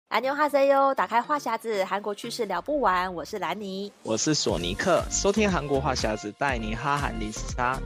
안녕하세요，打开话匣子，韩国趣事聊不完。我是兰妮， 我是索尼克，收听韩国话匣子，带你哈韩零时差。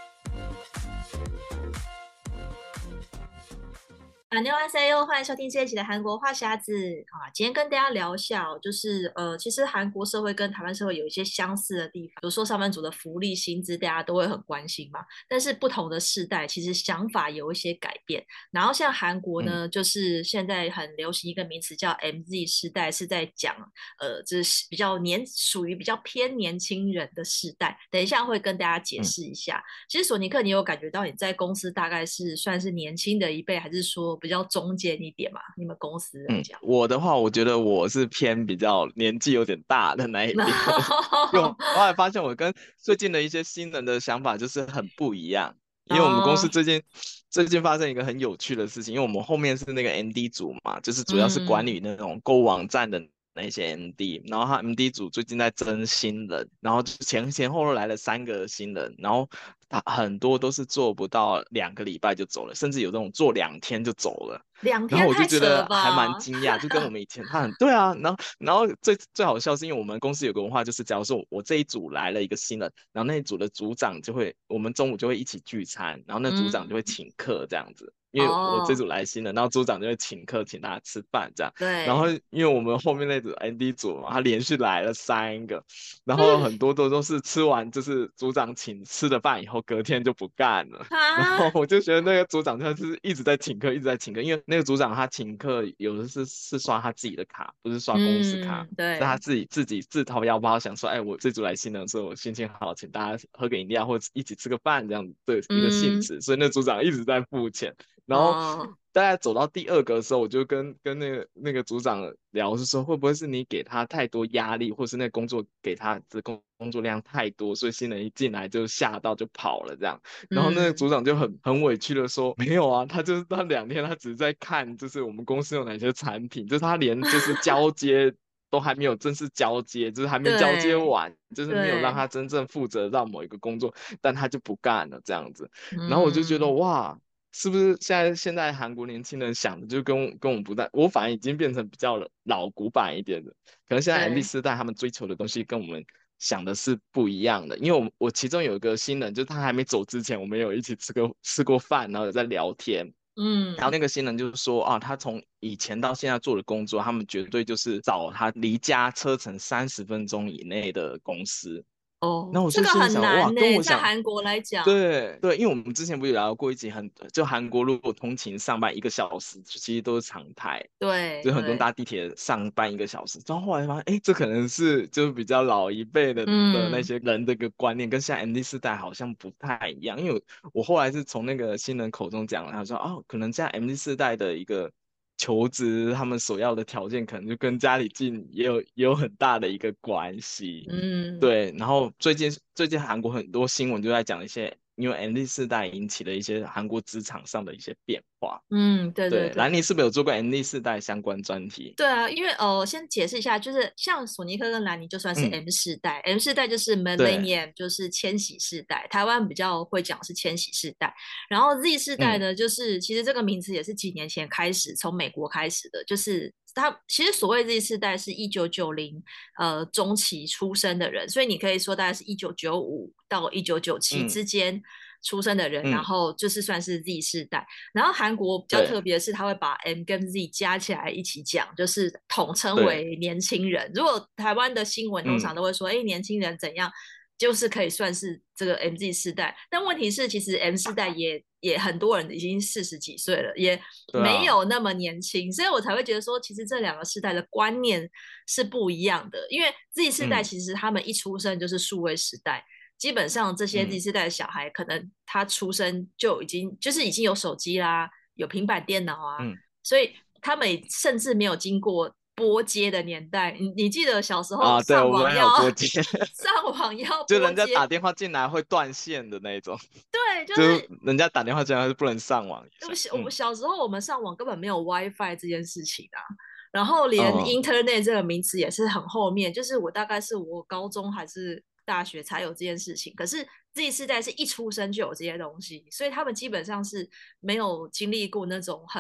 안녕하세요，欢迎收听这一期的韩国话匣子啊。今天跟大家聊一下就是其实韩国社会跟台湾社会有一些相似的地方，比如说上班族的福利薪资，大家都会很关心嘛。但是不同的世代，其实想法有一些改变。然后像韩国呢，就是现在很流行一个名词叫 MZ 世代，是在讲这是属于比较偏年轻人的世代。等一下会跟大家解释一下。其实索尼克，你有感觉到你在公司大概是算是年轻的一辈，还是说比较中间一点嘛？你们公司来讲， 我的话，我觉得我是偏比较年纪有点大的那一边，因为我后来发现我跟最近的一些新人的想法就是很不一样。因为我们公司哦， 最近发生一个很有趣的事情，因为我们后面是那个 MD 组嘛，就是主要是管嗯， 理那种购物网站的那些 MD，然后他 MD 组最近在征新人，然后前后来了3个新人，然后他很多都是做不到2个礼拜就走了，甚至有这种做2天就走了。 两天然后我就太扯了觉得还蛮吧？ 惊讶，就跟我们以前他很对啊，然后最好笑是因为我们公司有个文化，就是假如说我这一组来了一个新人，然后那一组的组长就会，我们中午就会一起聚餐，然后那组长就会嗯， 请客这样子，因为我这哦， 组来新人，然后组长就会请客请大家吃饭这样，然后对， 因为我们后面那组 ND 组嘛，他连续来了3个，然后嗯很多都是吃完就是组长请吃的饭以后，隔天就不干了。然后啊， 我就觉得那个组长他就是一直在请客，一直在请客，因为那个组长他请客有的是刷他自己的卡，不是刷公司卡， 嗯，对， 是他自己自掏腰包想说，哎，我这组来新人的时候，我心情好，请大家喝个饮料或者一起吃个饭这样子的一个性嗯， 质，所以那组长一直在付钱。然后哦， 大概走到第2个的时候，我就跟那个组长聊，是说会不会是你给他太多压力，或是那个工作给他的工作量太多，所以新人一进来就吓到就跑了这样。然后那个嗯， 组长就很委屈的说，没有啊，他2天他只是在看，就是我们公司有哪些产品，就是他连就是交接都还没有正式交接，就是还没交接对完，就是没有让对， 他真正负责到某一个工作，但他就不干了这样子。然后我就觉得嗯， 哇。是不是现在韩国年轻人想的就跟我不太，我反而已经变成比较老古板一点的，可能现在 MZ 对， 世代他们追求的东西跟我们想的是不一样的。因为我其中有一个新人，就是他还没走之前，我们有一起吃过饭，然后有在聊天。然后嗯。 那个新人就是说啊，他从以前到现在做的工作，他们绝对就是找他离家车程30分钟以内的公司。 哦， 那我就这个很心里想，哇， 难呢， 跟我想， 在韩国来讲， 对对，因为我们之前不是有聊过一集就韩国如果通勤上班1个小时，其实都是常态，就很多人对对， 搭地铁上班1个小时。然后后来发现，哎，这可能是就是比较老一辈的那嗯些人的一个观念，跟现在 MZ 世代好像不太一样。因为我后来是从那个新人口中讲了，他说哦，可能现在 MZ 世代的一个求职，他们所要的条件可能就跟家里近也有很大的一个关系。 嗯， 对，然后最近韩国很多新闻就在讲一些，因为 MZ 世代引起了一些韩国职场上的一些变化。 嗯，对对对，兰对。 妮是不是有做过 MZ 世代相关专题？ 对啊，因为先解释一下，就是像索尼克跟兰尼就算是嗯， M 世代，M 世代就是对， Millennium，就是千禧世代，台湾比较会讲是千禧世代。然后 Z 世代嗯呢，就是其实这个名词也是几年前开始从美国开始的，就是它其实所谓 Z 世代是1990中期出生的人，所以你可以说大概是1995到1997 嗯之间出生的人，然嗯， 后就是算是 Z 世代。然后韩国比较对特别的是，他会把 M 跟 Z 加起来一起讲，就是统称对， 为年轻人。如果台湾的新闻通常嗯都会说，哎，年轻人怎样，就是可以算是这个 MZ 世代。但问题是，其实 M 世代也很多人已经40几岁了，也没对啊， 有那么年轻，所以我才会觉得说，其实这两个世代的观念是不一样的。因为 Z 世代嗯其实他们一出生就是数位时代，基本上这些 Z 嗯世代的小孩，可能他出生就已经有手机啦，有平板电脑啊， 嗯所以他们甚至没有经过拨接的年代。你记得小时候啊，对， 上我们还有网要波接， 上网要就人家打拨接， 电话进来会断线的那种， 对，就就是是人家打电话进来是不能上网一下。 我们小时候我们上网根本没有 WiFi 这件事情啊。然后连嗯 Internet 这个名词也是很后面，就是我大概是我高中还是大学才有这件事情。可是 Z 世代是一出生就有这些东西，所以他们基本上是没有经历过那种很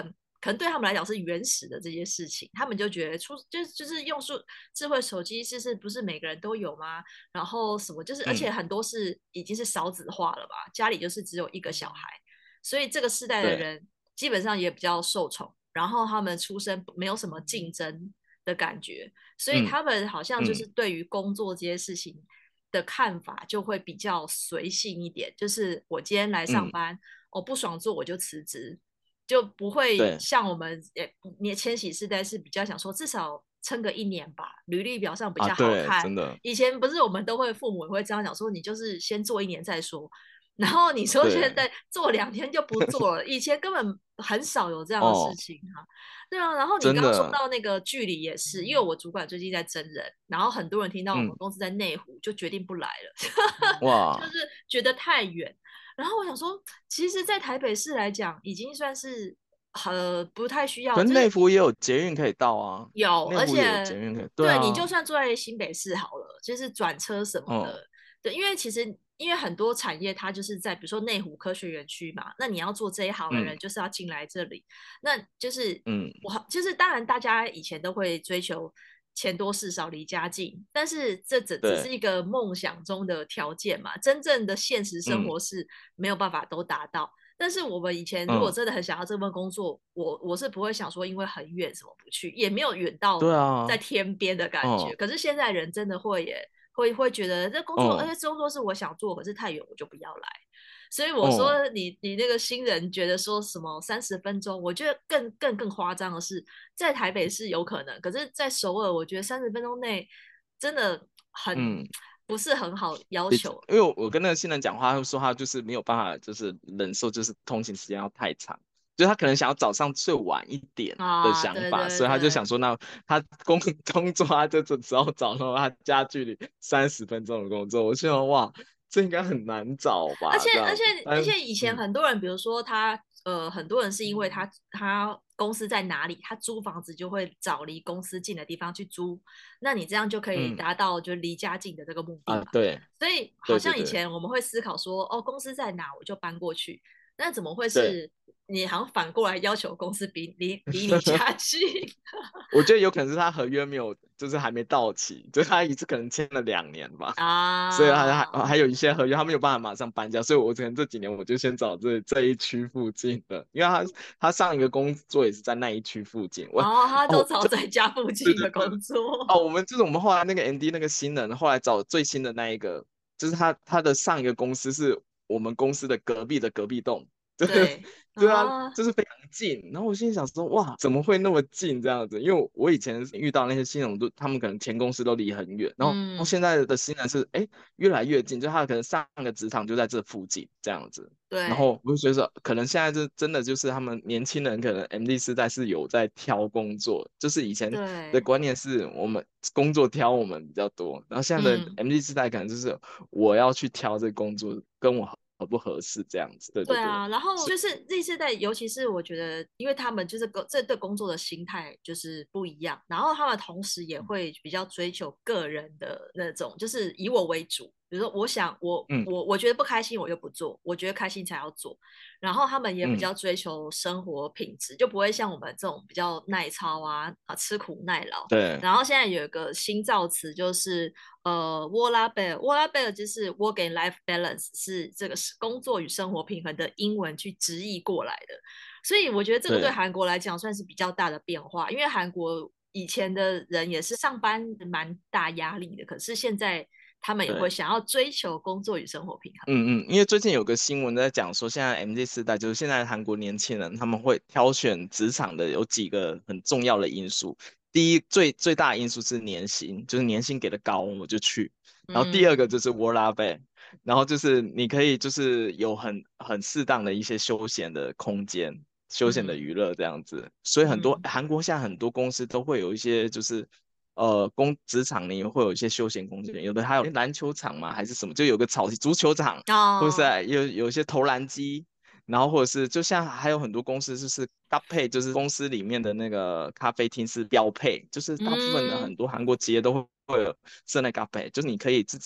可能对他们来讲是原始的这些事情，他们就觉得就是用智慧手机，不是每个人都有吗？然后什么就是，而且嗯， 很多是已经是少子化了吧，家里就是只有一个小孩，所以这个世代的对， 人基本上也比较受宠，然后他们出生没有什么竞争的感觉，所以嗯他们好像就是嗯对于工作这些事情的看法就会比较随性一点，就是我今天来上嗯， 班，我不爽做我就辞职，就不会对像我们千禧世代是比较想说至少撑个1年吧，履历表上比啊， 较好对， 看。 真的， 以前不是我们都会父母也会这样讲说，你就是先做1年再说。然后你说现对， 在做2天就不做了，以前根本很少有这样的事哦， 情哈、对啊，然后你刚刚说真的， 到那个距离也是，因为我主管最近在征人，然后很多人听到我们嗯， 公司在内湖就决定不来了，就哇， 是觉得太远。然后我想说，其实，在台北市来讲，已经算是不太需要， 可是就是内湖也有捷运可以到啊， 有，而内湖也有捷且运可以，对对你就啊， 算住在新北市好了，就是转车什么嗯的，对，因为其实因为很多产业它就是在比如说内湖科学园区嘛，那你要做这一行的嗯人就是要进来这里，那就是嗯， 就是当然大家以前都会追求钱多事少离家近，但是这只是对， 一个梦想中的条件嘛，真正的现实生嗯活是没有办法都达到。但是我们以前如果嗯， 真的很想要这份工作，我是不会想说因为很远什么不去，也没有远到对啊， 在天边的感觉。 嗯可是现在人真的会觉得这工作，而嗯且这工作是我想做，可是太远我就不要来。所以我嗯， 说你那个新人觉得说什么30分钟，我觉得更夸张的是，在台北是有可能，可是在首尔，我觉得30分钟内真的很嗯， 不是很好要求。 因为我跟那个新人讲话，他说他就是没有办法，就是忍受就是通勤时间要太长，就他可能想要早上睡晚一点的啊，对想法，所以他就想对对， 说，那他工作他就只要找到他家距离30分钟的工作，我就想哇，这应该很难找吧？ 而且这样， 而且而但且以前很多人，比如说很多人是因为他公司在哪里，他租房子就会找离公司近的地方去租，那你这样就可以嗯达到就离家近的这个目的啊， 嘛。 对所以好像以对对对前我们会思考说，哦，公司在哪我就搬过去，那怎么会对。 是你好像反过来要求公司离你家近？ 我觉得有可能是他合约没有，就是还没到期，就是他一次可能签了2年吧，所以还啊？ 有一些合约他没有办法马上搬家，所以我可能这几年我就先找这一区附近的，因为他上一个工作也是在那一区附近， 哦，他都哦找在家附近的工作。 哦，我们后来那个 ND 那个新人，后来找最新的那一个，就是他的上一个公司是我们公司的隔壁的隔壁栋，就是对对啊， 啊， 就是非常近。然后我心里想说，哇，怎么会那么近这样子？因为我以前遇到那些新人他们可能前公司都离很远，然后嗯， 现在的新人是哎越来越近，就他可能上个职场就在这附近这样子。然对后我就觉得说，可能现在真的就是他们年轻人，可能 MD 世代是有在挑工作，就是以前的对， 观念是我们工作挑我们比较多，然后现在的嗯。 MD 世代可能就是我要去挑这个工作跟我合不合适这样子。对对对， 对啊，然后就是 Z 世代，尤其是我觉得，因为他们就是这对工作的心态就是不一样，然后他们同时也会比较追求个人的那种，就是以我为主。比如说，我想嗯我觉得不开心，我就不做；我觉得开心才要做。然后他们也比嗯， 较追求生活品质，就不会像我们这种比较耐操吃苦耐劳。 对然后现在有一个新造词，就是沃拉贝尔就是 work and life balance，是这个是工作与生活平衡的英文去直译过来的。所以我觉得这个对对韩国来讲算是比较大的变化，因为韩国以前的人也是上班蛮大压力的，可是现在他们也会对。 想要追求工作与生活平衡。 因为最近有个新闻在讲说，现在 MZ 世代就是现在韩国年轻人他们会挑选职场的有几个很重要的因素。第一，最大的因素是年薪，就是年薪给的高我就去。然后第二个嗯就是 work life，然后就是你可以就是有很适当的一些休闲的空间、休闲的嗯娱乐这样子。所以很多嗯， 韩国现在很多公司都会有一些就是职场里面会有一些休闲空间，有的还有篮球场嘛，还是什么，就有个足球场，或者是哦， 有一些投篮机，然后或者是就像还有很多公司就是搭配，就是公司里面的那个咖啡厅是标配，就是大部分的很嗯多韩国企业都会有设那咖啡，就是你可以自己。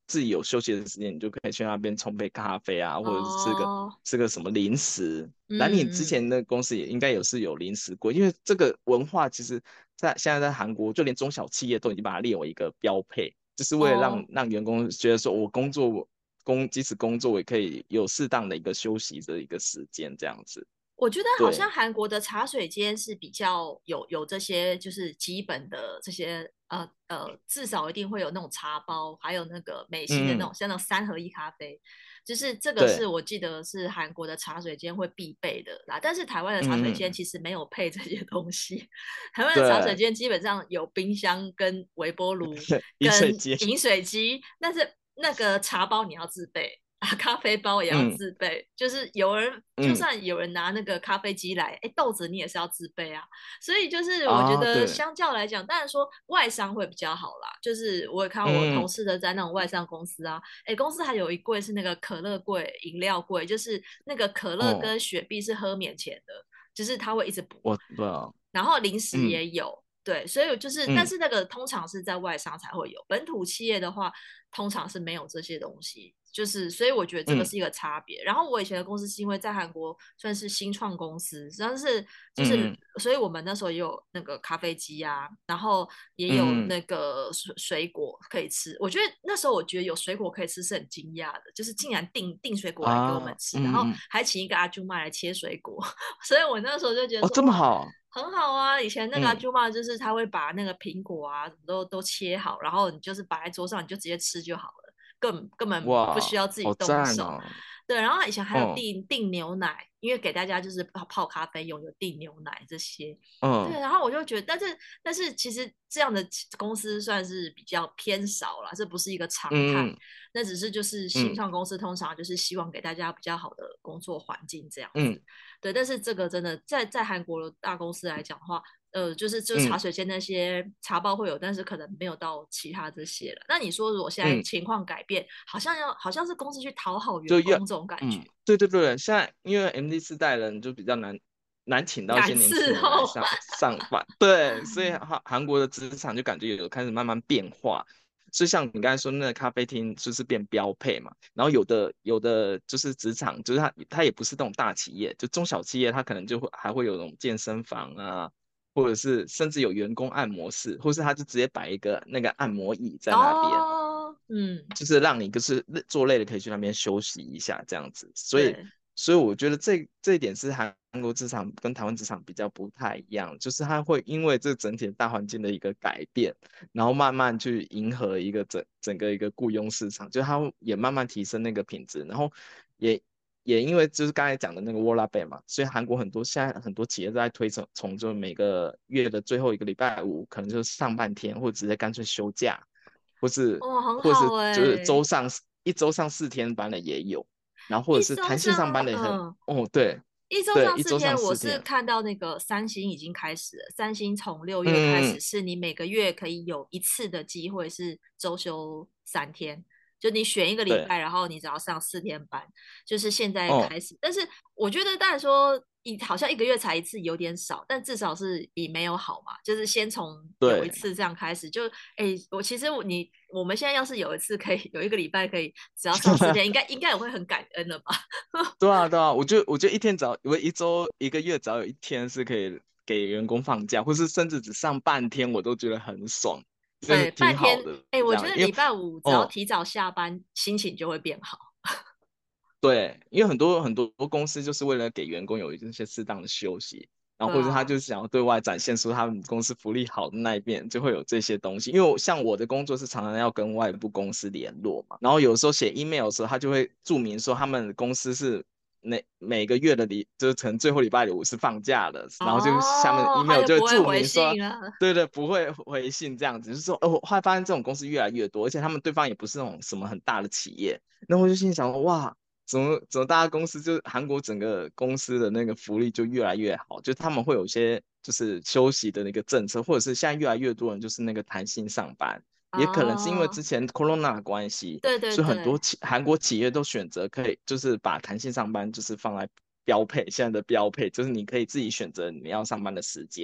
自己有休息的时间，你就可以去那边冲杯咖啡啊，或者是吃个哦， 吃个什么零食。那你之嗯嗯， 前的公司也应该有零食柜，因为这个文化其实现在在韩国，就连中小企业都已经把它列为一个标配，就是为了让哦。 员工觉得说，我即使工作也可以有适当的一个休息的一个时间，这样子。 我觉得好像对， 韩国的茶水间是比较有这些就是基本的这些至少一定会有那种茶包，还有那个美心的那嗯， 种像那种3合1咖啡，就是这个是对， 我记得是韩国的茶水间会必备的啦。但是台湾的茶水间嗯， 其实没有配这些东西，台湾的茶水对， 间基本上有冰箱跟微波炉饮水机， 跟饮水机，但是那个茶包你要自备。啊，咖啡包也要嗯自备，就是有人就嗯算有人拿那个咖啡机来，哎，豆子你也是要自备啊。所以就是我觉啊，对， 得相较来讲，当然说外商会比较好啦。就是我也看到我同嗯事的在那种外商公司啊，哎，公司还有一柜是那个可乐柜、饮料柜，就是那个可乐哦， 跟雪碧是喝免钱的，就是他会一直补。 对啊， 然后零食嗯也有，对，所以就是，但嗯是那个通常是在外商才会有，本土企业的话，通常是没有这些东西，就是所以我觉得这个嗯是一个差别。然后我以前的公司是因为在韩国算是新创公司，但是就是， 嗯所以我们那时候也有那个咖啡机啊，然后也有嗯嗯， 那个水果可以吃。我觉得那时候我觉得有水果可以吃是很惊讶的，就是竟然订水果来给我们啊， 吃，然后嗯， 还请一个阿舅妈来切水果，所以我那时候就觉得哦， 说， 这么哇， 好， 很好啊。以前那个阿嗯， 舅妈就是他会把那个苹果啊什么都切好，然后你就是摆在桌上，你就直接吃就好了，根本不需哇， 要自己好动手。 赞哦， 对，然后以前还有嗯订牛奶，因为给大家就是泡咖啡用，有订牛奶这些。对， 嗯然后我就觉得，但是其实这样的公司算是比较偏少了，这不是一个常态。 嗯那只是就是新嗯创公司通常就是希望给大家比较好的工作环境这样子。 嗯对，但是这个真的在韩国的大公司来讲的话，就是茶嗯水间那些茶包会有，但是可能没有到其他这些了。那你说如果现在嗯， 情况改变，好像是公司去讨好员就工这种感觉， 对对对，现在因为 MD 世代人就比较难请到一些难年轻伺候。 人来上班，对，所以韩国的职场就感觉有开始慢慢变化。所以像你刚才说那个咖啡厅就是变标配嘛，然后有的就是职场，就是它也不是那种大企业，就中小企业，它可能就还会有那种健身房啊，或者是甚至有员工按摩室，或是他就直接摆一个那个按摩椅在那边， 哦，嗯， 就是让你就是做累了可以去那边休息一下这样子。 对， 所以我觉得这一点是韩国职场跟台湾职场比较不太一样，就是它会因为这整体的大环境的一个改变，然后慢慢去迎合一个整个一个雇佣市场，就它也慢慢提升那个品质，然后也也因为就是刚才讲的那个 w o r l a Pay 嘛，所以韩国现在很多企业都在推崇就每个月的最后一个礼拜五，可能就是上半天，或者直接干脆休假。或是哦，很或是好就是哎， 一周上4天班的也有，然后或者一是弹性上周上， 班的也很，哦，对一周对， 上四天， 一周上我四天， 是看到那个三星已经开始了。三星从6月开始， 嗯是你每个月可以有一次的机会是周休3天，就你选一个礼对， 拜，然后你只要上4天班，就是现在哦开始。但是我觉得，当然说好像一个月才一次有点少，但至少是比没有好嘛。就是先从有一对， 次这样开始，就我其实我们现在要是有一次可以有一个礼拜可以只要上4天，应该也会很感恩了吧？ 对啊对啊，我觉得一天我一周一个月只要有一天是可以给员工放假，或是甚至只上半天，我都觉得很爽，真的对，半天， 挺好的我觉这样，因为得礼拜五只要哦。 提早下班，心情就会变好。 对，因为很多公司就是为了给员工有一些适当的休息，然后或者他对啊， 就是想要对外展现出他们公司福利好的那一面，就会有这些东西。因为像我的工作是常常要跟外部公司联络嘛，然后有时候写 email 的时候，他就会注明说他们公司是每个月的就是可能最后礼拜五是放假的，然后就下面哦，他 email 就就会注不会回明说。 信了。 对对，不会回信这样子，就是说，我后来发现这种公司越来越多，而且他们对方也不是那种什么很大的企业，那我就心里想说，哇，怎么大家公司就韩国整个公司的那个福利就越来越好，就他们会有一些就是休息的那个政策，或者是现在越来越多人就是那个弹性上班，也可能是因为之哦， 前 Corona 的关系， 对对所以很多对， 韩国企业都选择可以就是把弹性上班就是放在标配，现在的标配就是你可以自己选择你要上班的时间。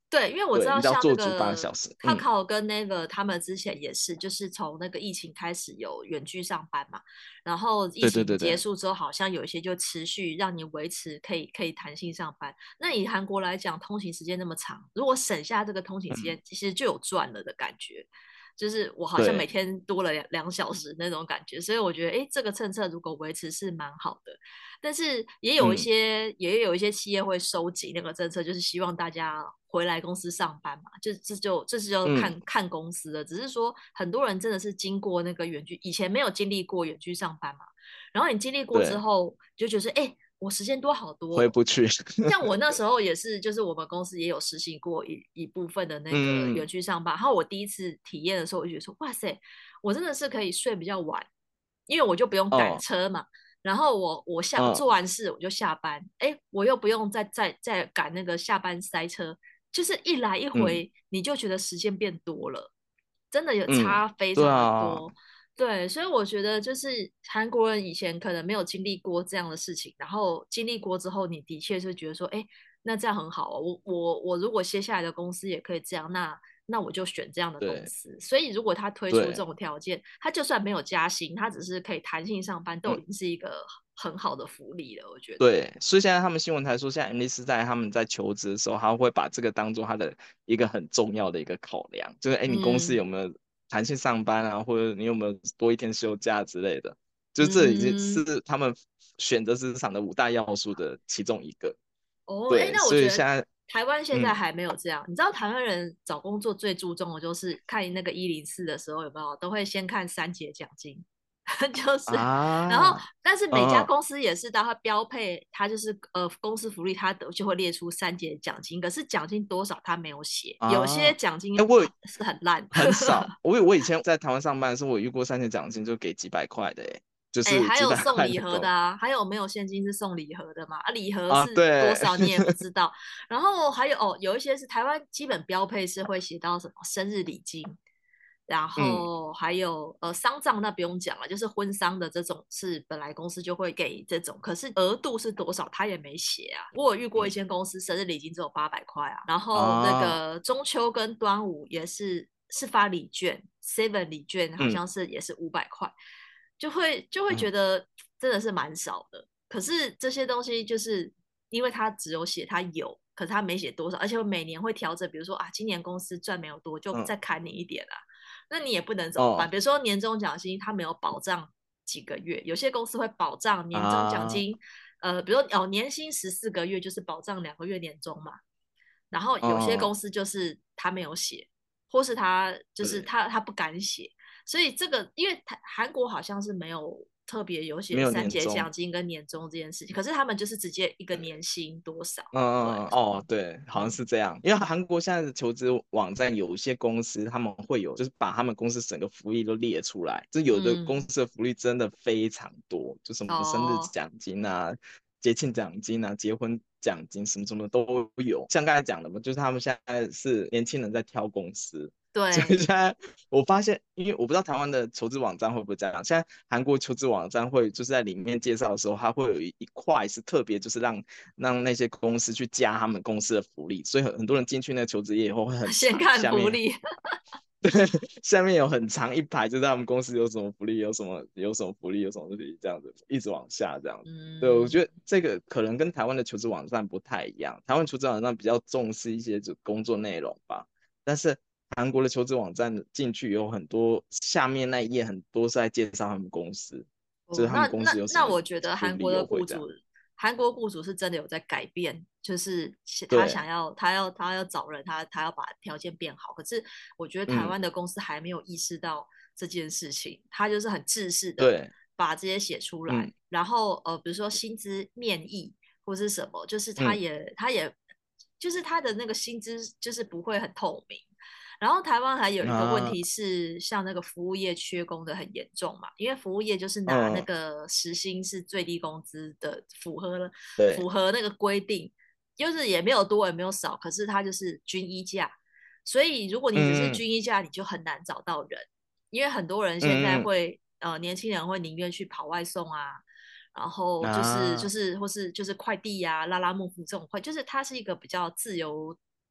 对，因为我知对，你只要道像那做足八个个小时， Kakao 跟 Naver 他们之前也是，就是从那个疫情开始有远距上班嘛，然后疫情对对对对结束之后，好像有一些就持续让你维持可以弹性上班。那以韩国来讲，通勤时间那么长，如果省下这个通勤时嗯， 间，其实就有赚了的感觉。就是我好像每对天多了2小时那种感觉，所以我觉得，哎，这个政策如果维持是蛮好的。但是嗯也有一些企业会收紧那个政策，就是希望大家回来公司上班嘛，这就嗯， 看公司的，只是说很多人真的是经过那个远距，以前没有经历过远距上班嘛，然后你经历过之对， 后，就觉得哎，我时间多好多。 回不去， 像我那时候也是，就是我们公司也有实行过一部分的那个远嗯距上班，然后我第一次体验的时候，我就觉得说，哇塞，我真的是可以睡比较晚，因为我就不用赶哦车嘛。然后我做嗯完事我就下班，哎，我又不用再赶那个下班塞车，就是一来一嗯回，你就觉得时间变多了，真的有嗯， 差非对常的啊， 多。对，所以我觉得就是韩国人以前可能没有经历过这样的事情，然后经历过之后，你的确是觉得说，哎，那这样很好哦。我如果接下来的公司也可以这样，那我就选这样的公对司。所以如果他推出这对， 种条件，他就算没有加薪，他只是可以弹性上班，都嗯。 已经是一个很好的福利了。我觉得， 对，所以现在他们新闻台说，现在 MD 时代他们在求职的时候，他会把这个当做他的一个很重要的一个考量，就是哎，你公司嗯有没有弹性上班啊，或者你有没有多一天休假之类的，就这已经嗯， 是他们选择职场的5大要素的其中一个。 哦，哎， 对，所那我觉得以现在台湾现在嗯还没有这样。你知道台湾人找工作最注重的就是看那个104的时候有没有，都会先看3节奖金，就是，然后啊， 但是每家嗯公司也是，当它标配，它就是公司福利，它就会列出3节奖金，可是奖金多少它没有写，有些啊， 奖金哎， 是很烂。 很少，我以前在台湾上班的时候，我遇过3000奖金就给几百块的，哎，就哎， 是几百还有送礼盒的块的工啊，还有没有现金是送礼盒的嘛？啊，礼盒啊， 是多对。 少你也不知道。然后还有哦，有一些是台湾基本标配是会写到什么生日礼金，然嗯后还有丧葬那不用讲了，就是婚丧的这种是本来公司就会给这种，可是额度是多少他也没写啊。我有遇过一嗯间公司生日礼金只有800块啊，然后那啊， 个中秋跟端午也是发礼券，Seven 礼券好嗯像是也是500块。就会嗯觉得真的是蛮少的。可是这些东西就是因为他只有写他有，可是他没写多少，而且每年会调整，比如说啊，今年公司赚没有多，就嗯再砍你一点啊，那你也不能怎么办？ 哦比如说年终奖金，他没有保障几个月，有些公司会保障年终奖啊， 金，比如说年薪14个月就是保障2个月年终嘛，然后有些公哦， 司就是他没有写，或是他就是对， 他不敢写，所以这个因为韩国好像是没有特别有写没有三节年终， 奖金跟年终这件事情，可是他们就是直接一个对， 年薪多少，对， 哦，对，好像嗯是这样。因为韩国现在的求职网站有一些公司，他们会有，就是把他们公司整个福利都列出来。就有的公嗯， 司的福利真的非常多，就什么生日哦， 奖金啊、节庆奖金啊、结婚奖金什么什么都有。像刚才讲的嘛，就是他们现在是年轻人在挑公司，所以对， 现在我发现，因为我不知道台湾的求职网站会不会这样，现在韩国求职网站会就是在里面介绍的时候，它会有一块是特别就是让那些公司去加他们公司的福利，所以很多人进去那个求职页以后会很先长，下面看福利， 下面有很长一排，就是他们公司有什么福利，有什么福利，有什么福利，这样子一直往下这样子。对，我嗯。 觉得这个可能跟台湾的求职网站不太一样，台湾求职网站比较重视一些就工作内容吧，但是韩国的求职网站进去有很多下面那一页很多是在介绍他们公司，就是哦， 他们公那那司有什么那我觉得福利优惠这样。 韩国雇主是真的有在改变，就是他对， 想要他要找人，他要把条件变好。可是我觉得台嗯， 湾的公司还没有意识到这件事情，他就是很自私的对， 把这些写出来， 嗯然后比如说薪资面议或是什么，就是嗯就是他的那个薪资就是不会很透明。然后台湾还有一个问啊， 题是，像那个服务业缺工的很严重嘛，因为服务业就是拿那嗯， 个时薪是最低工资的， 对， 符合那个规定，就是也没有多也没有少，可是它就是均一价，所以如果你只是嗯均一价，你就很难找到人，因为很多人现在嗯嗯会年轻人会宁愿去跑外送啊，然后啊， 或是就是快递呀、拉拉木夫这种快，就是它是一个比较自由。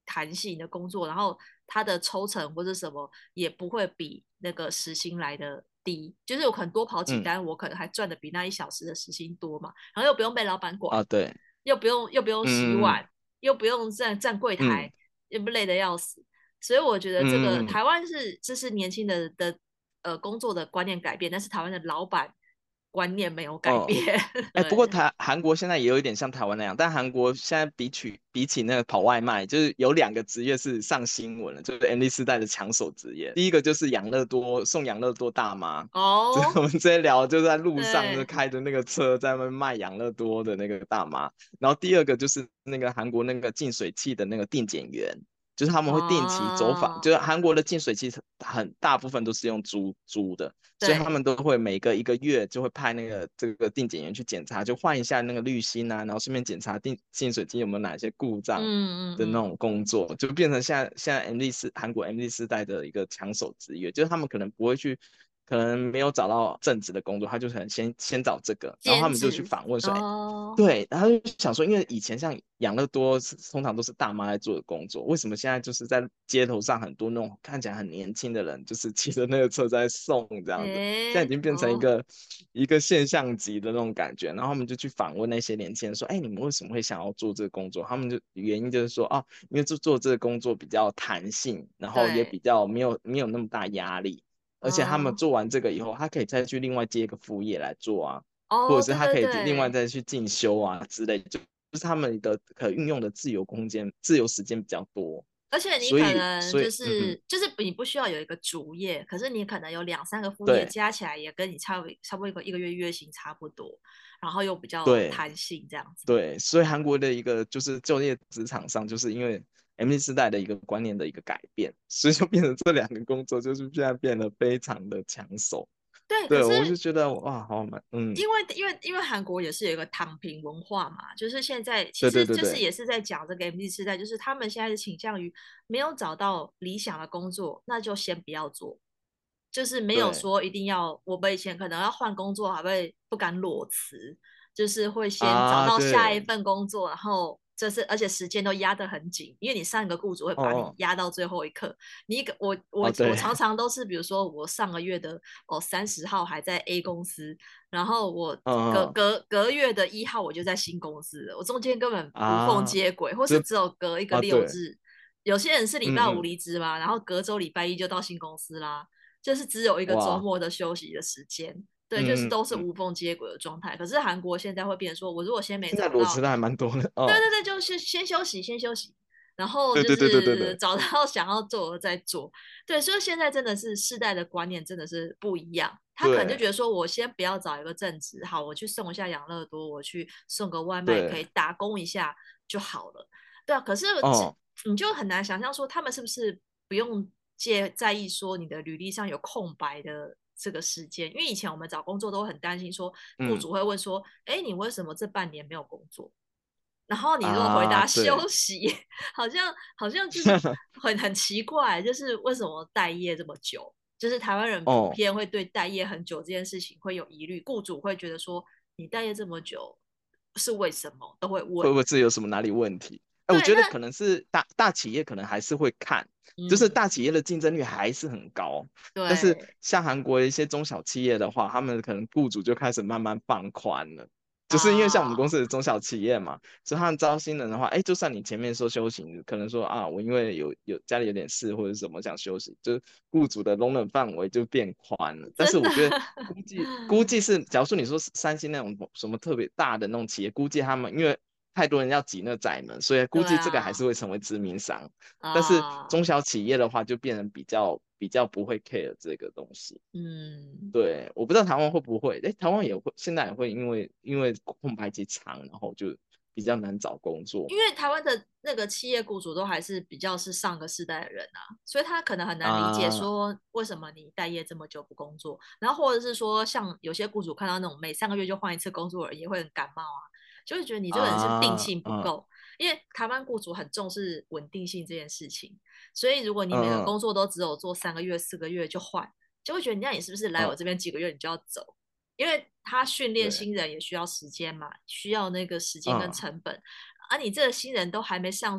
弹性的工作，然后它的抽成或者什么也不会比那个时薪来的低，就是我可能多跑几嗯单，我可能还赚的比那1小时的时薪多嘛，然后又不用被老板管， 啊，对， 又不用洗嗯碗，又不用站柜嗯台，又不累得要死。所以我觉得这个嗯嗯嗯。 台湾这是年轻的工作的观念改变，但是台湾的老板观念没有改哦， 变。 哎，不过对， 韩国现在也有一点像台湾那样，但韩国现在比起那个跑外卖，就是有2个职业是上新闻了，就是 MZ 世代的抢手职业。第一个就是养乐多送养乐多大妈，这我哦， 们之前聊就是在路上就对， 开着那个车在那边卖养乐多的那个大妈，然后第二个就是那个韩国那个净水器的那个定检员。就是他们会定期走访， 哦， 就是韩国的净水器很大部分都是用租的，所以他对， 们都会每个1个月就会派这个定检员去检查，就换一下那个滤芯啊，然后顺便检查净水机有没有哪些故障嗯嗯嗯， 的那种工作，就变成现在 韩国 MZ 世代的一个抢手职业，就是他们可能不会去。可能没有找到正职的工作，他就可能先找这个，然后他们就去兼职访问说，哎， 哦， 对，然后就想说，因为以前像养乐多通常都是大妈在做的工作，为什么现在就是在街头上很多那种看起来很年轻的人，就是骑着那个车在送这样子，现在已诶， 经变成一哦个一个现象级的那种感觉。然后他们就去访问那些年轻人说，哎，你们为什么会想要做这个工作？他们就原因就是说，哦，因为做这个工作比较弹性，然后也对， 比较没有那么大压力，而且他们哦做完这个以后，他可以再去另外接一个副业来做啊。或者哦，对对是他可以另外对， 再去进修啊之类，就是他们的可运用的自由空间、自由时间比较多， 而且你所可以所以能就是你不需要有一个主业，可是你可能有2、3个副业对加起来也跟你差不多一个月月薪差不多，然后又比较对弹性这样子。 对，所以韩国的一个就是就业职场上，就是因为 MZ 时代的一个观念的一个改变，所以就变成这2个工作就是现在变得非常的抢手。 对，可对， 是我就觉得哇，好蛮因为韩国也是有一个躺平文化嘛，就是现在其对对实就是对对也是在讲这个 MZ 世代，就是他们现在是倾向于没有找到理想的工作，那就先不要做，就是没有对说一定要。我们以前可能要换工作，还会不敢裸辞，就是会先找啊， 到下一对， 份工作，然后而且时间都压得很紧，因为你上一个雇主会把你哦压到最后一刻。你一个我我哦对， 我常常都是，比如说我上个月的30号还在 A 公司，然后我隔嗯嗯隔隔月的1号我就在新公司了，我中间根本无缝啊， 接轨，或是这只有隔一个啊对， 六日。有些人是礼拜5 嗯嗯， 离职嘛，然后隔周礼拜1就到新公司啦，就是只有一个周哇， 末的休息的时间。对，就是都是嗯嗯嗯。 无缝接轨的状态。可是韩国现在会变成说，我如果先没现在找到， 裸辞的还蛮多的哦。 对对对，就先休息，先休息，然后就对对对对对是对， 找到想要做的再做。对，所以现在真的是世代的观念真的是不一样。他可能就对觉得说，我先不要找一个正职，好，我去送一下养乐多，我去送个外卖，可以对， 打工一下就好了。对啊，可是哦， 你就很难想象说，他们是不是不用在意说你的履历上有空白的这个时间？因为以前我们找工作都很担心说，雇嗯主会问说，哎，你为什么这半年没有工作？然后你如果回啊， 答对， 休息，好像就是很奇怪，就是为什么待业这么久？就是台湾人普哦， 遍会对待业很久这件事情会有疑虑，雇主会觉得说你待业这么久是为什么，都会问。 会不会是有什么哪里问题？哎，我对，那觉得可能是大企业可能还是会看，就是嗯， 大企业的竞争力还是很高，但是对像韩国一些中小企业的话，他们可能雇主就开始慢慢放宽了。就是因为像我们公啊， 司的中小企业嘛，所以他们招新人的话，哎，就算你前面说休息，可能说啊，我因为有家里有点事或者什么想休息，就是雇主的容忍范围就变宽了。但是真的， 我觉得估计是，假如说你说是三星那种什么特别大的那种企业，估计他们因为太多人要挤那窄门，所以估对计这个还啊， 是会成为致命伤。但是啊， 中小企业的话，就变成比较不会 care 这个东西。 嗯。 对，我不知道台湾会不会，哎，台湾也会，现在也会因为空白期长，然后就比较难找工作因为台湾的那个企业雇主都还是比较是上个世代的人啊，所以他可能很难理解啊， 说为什么你待业这么久不工作，然后或者是说像有些雇主看到那种每3个月就换一次工作的人也会很感冒啊，就会觉得你这个人是不是定性不嗯够？因为台湾雇主很重视稳定性这件事情，所以如果你每个嗯嗯工作都只有做3个月、4个月就换，就会觉得那你是不是来我嗯， 这边几个月你就要走？因为他训练对， 新人也需要时间嘛，需要那个时间跟嗯成本。啊，你这个新人都还没上手，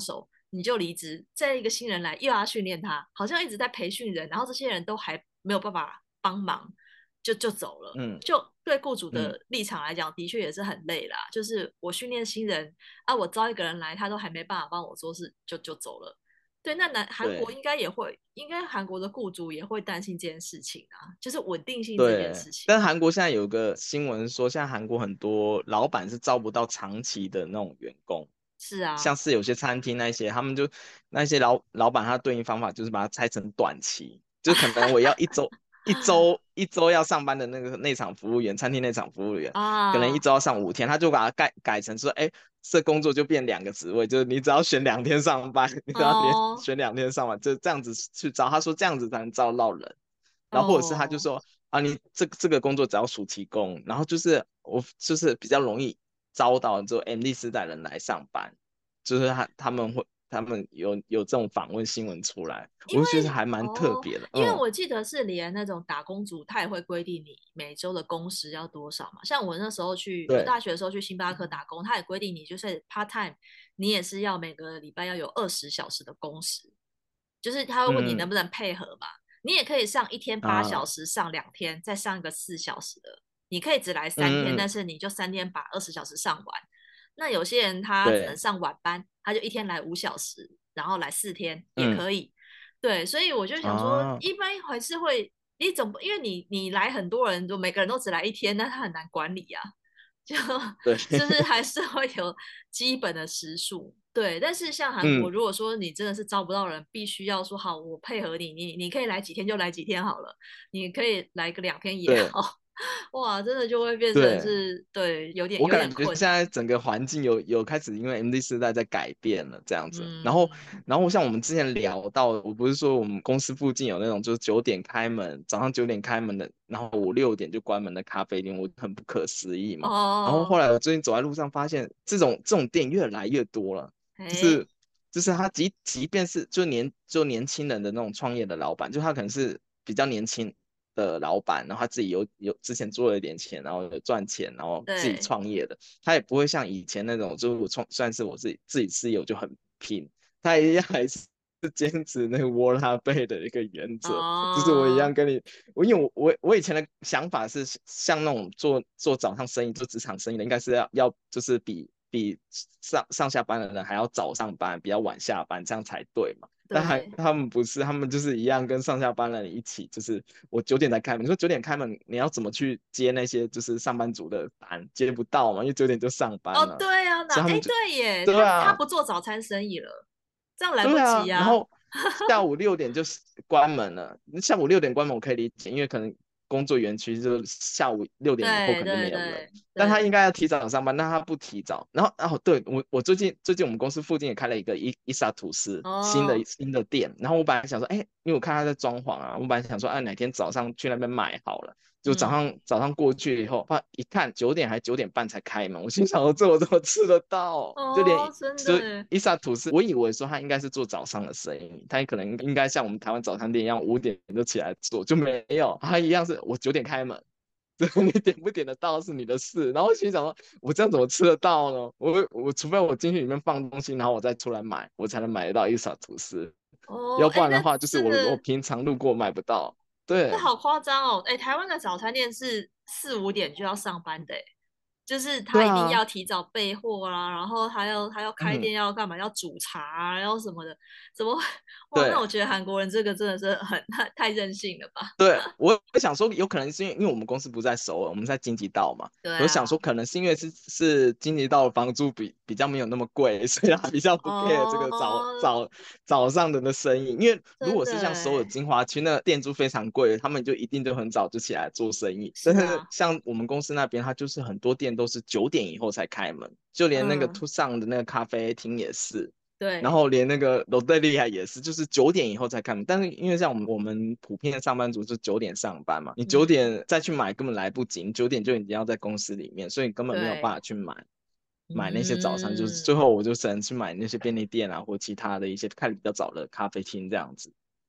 你就离职，再一个新人来又要训练他，好像一直在培训人，然后这些人都还没有办法帮忙，就走了。 嗯就对雇主嗯， 的立场来讲，的确也是很累啦。就是我训练新人啊，我招一个人来，他都还没办法帮我做事，就走了。对，那韩国对应该也会，应该韩国的雇主也会担心这件事情啊，就是稳定性这件对。 事情。 但韩国现在有个新闻说，现在韩国很多老板是招不到长期的那种员工， 是啊， 像是有些餐厅那些，他们就那些老板他对应方法就是把它拆成短期，就可能我要一周要上班的那个内场服务员，餐厅内场服务员，可能一啊， 周要上5天，他就把它改成说，哎，这工作就变2个职位，就是你只要选2天上班，你只要哦选2天上班，就这样子去招。他说这样子才能招到人，然后或者是他就哦说啊，你这个工作只要暑期工，然后就是我就是比较容易招到就 MD 世代人来上班。就是他们有这种访问新闻出来， 因我就觉得为还蛮特别的。 因为嗯， 我记得是连那种打工族，他也会规定你每周的工时要多少嘛。像我那时候我对， 大学的时候去星巴克打工，他也规定你就是 part time，你也是要每个礼拜要有20小时的工时，就是他会问你能嗯不能配合嘛。你也可以上一天8小啊， 时，上2天，再上一个4小时的。你可以只来3天， 嗯嗯， 但是你就3天把20小时上完。那有些人他只能对， 上晚班，他就一天来5小时，然后来4天也嗯可以。对，所以我就想说， 啊， 一般还是会，你总不因为你来很多人，就每个人都只来一天，那他很难管理啊。就对， 就是还是会有基本的时数。对，但是像韩国， 嗯如果说你真的是招不到人，必须要说好，我配合你，你可以来几天就来几天好了，你可以来个2天也对好。哇，真的就会变成对。 是对，有点我感觉困难。 现在整个环境有开始因为 MD 时代在改变了这样子，然后嗯， 然后像我们之前聊到，我不是说我们公司附近有那种就是9点开门，早上9点开门的，然后5、6点就关门的咖啡店，我很不可思议嘛。然后后哦， 来我最近走在路上发现，这种店越来越多了，就哎， 是就是他即便是就年轻人的那种创业的老板，就他可能是比较年轻的老板，然后他自己有之前做了一点钱，然后有赚钱，然后自己对， 创业的，他也不会像以前那种，就是算是我自己私有就很拼，他一样还是坚持那个沃拉贝的一个原则，就是我一哦， 样跟你，因为我以前的想法是像那种做早上生意、做职场生意的，应该是要就是比上下班的人还要早上班，比较晚下班，这样才对嘛。但对， 他们不是，他们就是一样跟上下班的人一起，就是我9点才开门。你说九点开门，你要怎么去接那些就是上班族的单？接不到嘛，因为9点就上班哦， 了， 对啊，哎， 所以他们就对耶，他对啊， 不做早餐生意了，这样来不对啊，然及啊。 后下午6点就关门了。下午6点关门我可以理解，因为可能工作园区就下午6点以后对可能就没有人。 对对但他应对， 该要提早上班，但他不提早。然后，对我最近我们公司附近也开了一个伊萨吐司哦， 新的店。然后我本来想说，哎，因为我看他在装潢啊，我本来想说，哎，哪天早上去那边买好了。就早嗯， 上早上过去以后，一看9点还9点半才开门，我心想说这我怎么吃得到？就哦， 连就真的耶， 伊萨吐司，我以为说他应该是做早上的生意，他可能应该像我们台湾早餐店一样5点就起来做，就没有，他一样是我9点开门，你点不点得到是你的事。然后我心想说，我这样怎么吃得到呢？我除非我进去里面放东西，然后我再出来买，我才能买得到伊萨吐司， 哦， 要不哎，那然的话就是我真的， 平常路过买不到。对那好夸张哦，哎，台湾的早餐店是4、5点就要上班的，哎，就是他一定对啊， 要提早备货啦，然后还要开嗯， 店要干嘛？要煮茶啊，要什么的，怎么会？哇，那对。 我觉得韩国人这个真的是太任性了吧？ 对，我想说，有可能是因为我们公司不在首尔，我们在京畿道嘛。 对啊， 我想说，可能是因为是京畿道的房租比较没有那么贵，所以他比较不 care 这个哦， 早上的生意。因为如真的果是像首尔哎， 精华区那个店租非常贵，他们就一定就很早就起来做生意。但是是啊， 像我们公司那边，它就是很多店都是9点以后才开门，就连那个嗯， 图上的那个咖啡厅也是。然对， 后连那个罗德利亚也是，就是9点以后才开门。但是因为像我们普遍上班族是9点上班嘛，你九嗯， 点再去买根本来不及，你9点就已经要在公司里面，所以你根本没有办对， 法去买那些早餐。就是最嗯， 后我就只能去买那些便利店啊，或其他的一些开的比较早的咖啡厅这样子。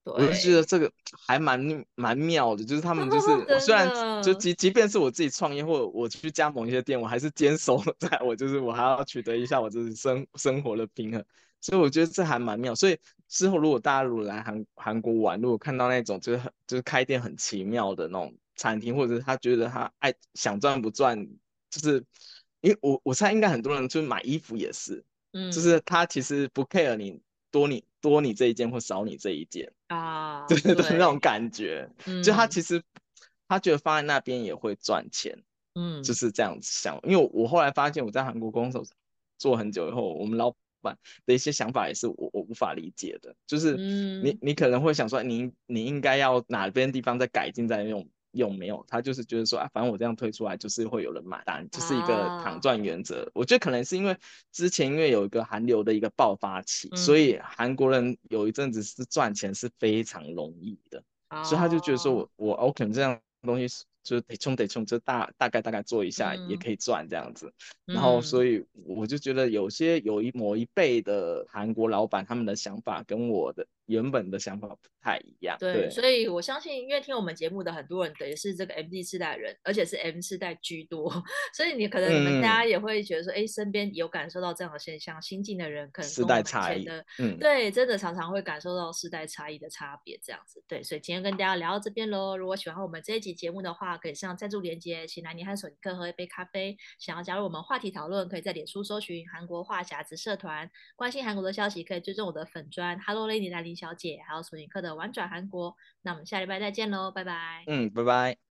我就觉得对， 这个还蛮妙的，就是他们就是我虽真然就的， 即便是我自己创业或者我去加盟一些店，我还是坚守在我就是我还要取得一下我就是生活的平衡，所以我觉得这还蛮妙。所以之后如果大家如果来韩国玩，如果看到那种就是开店很奇妙的那种餐厅，或者是他觉得他想赚不赚，就是因为我猜应该很多人就是买衣服也是，就嗯是他其实不 care 你多你这一件或少你这一件。 啊， 的那种对， 感觉，就他嗯其实他觉得放在那边也会赚钱，就嗯是这样子想。因为我后来发现我在韩国公司做很久以后，我们老板的一些想法也是我无法理解的，就是你嗯， 你可能会想说你应该要哪边地方再改进再用没有，他就是觉得说啊，反正我这样推出来就是会有人买单，就是一个躺啊， 赚原则。我觉得可能是因为之前因为有一个韩流的一个爆发期，所嗯以韩国人有一阵子是赚钱是非常容易的，所以他就觉得说哦， 我可能这样东西是就是得冲，就大概做一下也嗯可以赚这样子。然后嗯。 所以我就觉得某一辈的韩国老板他们的想法跟我的原本的想法不太一样， 对， 对。 所以我相信，因为听我们节目的很多人也是这个 MZ 世代人，而且是 M 世代居多，所以可能大家嗯嗯， 也会觉得说，哎，身边有感受到这样的现象，新进的人可能世代跟我们以差异， 前的， 嗯对，真的常常会感受到世代差异的差别，这样子。对，所以今天跟大家聊到这边喽。如果喜欢我们这一集节目的话，可以上赞助连接，请来你和索尼克喝一杯咖啡。想要加入我们话题讨论，可以在脸书搜寻韩国话匣子社团，关心韩国的消息可以追踪我的粉砖 Hello Lady 兰玲小姐，还有索尼克的玩转韩国。那我们下礼拜再见喽，拜拜。 嗯，拜拜。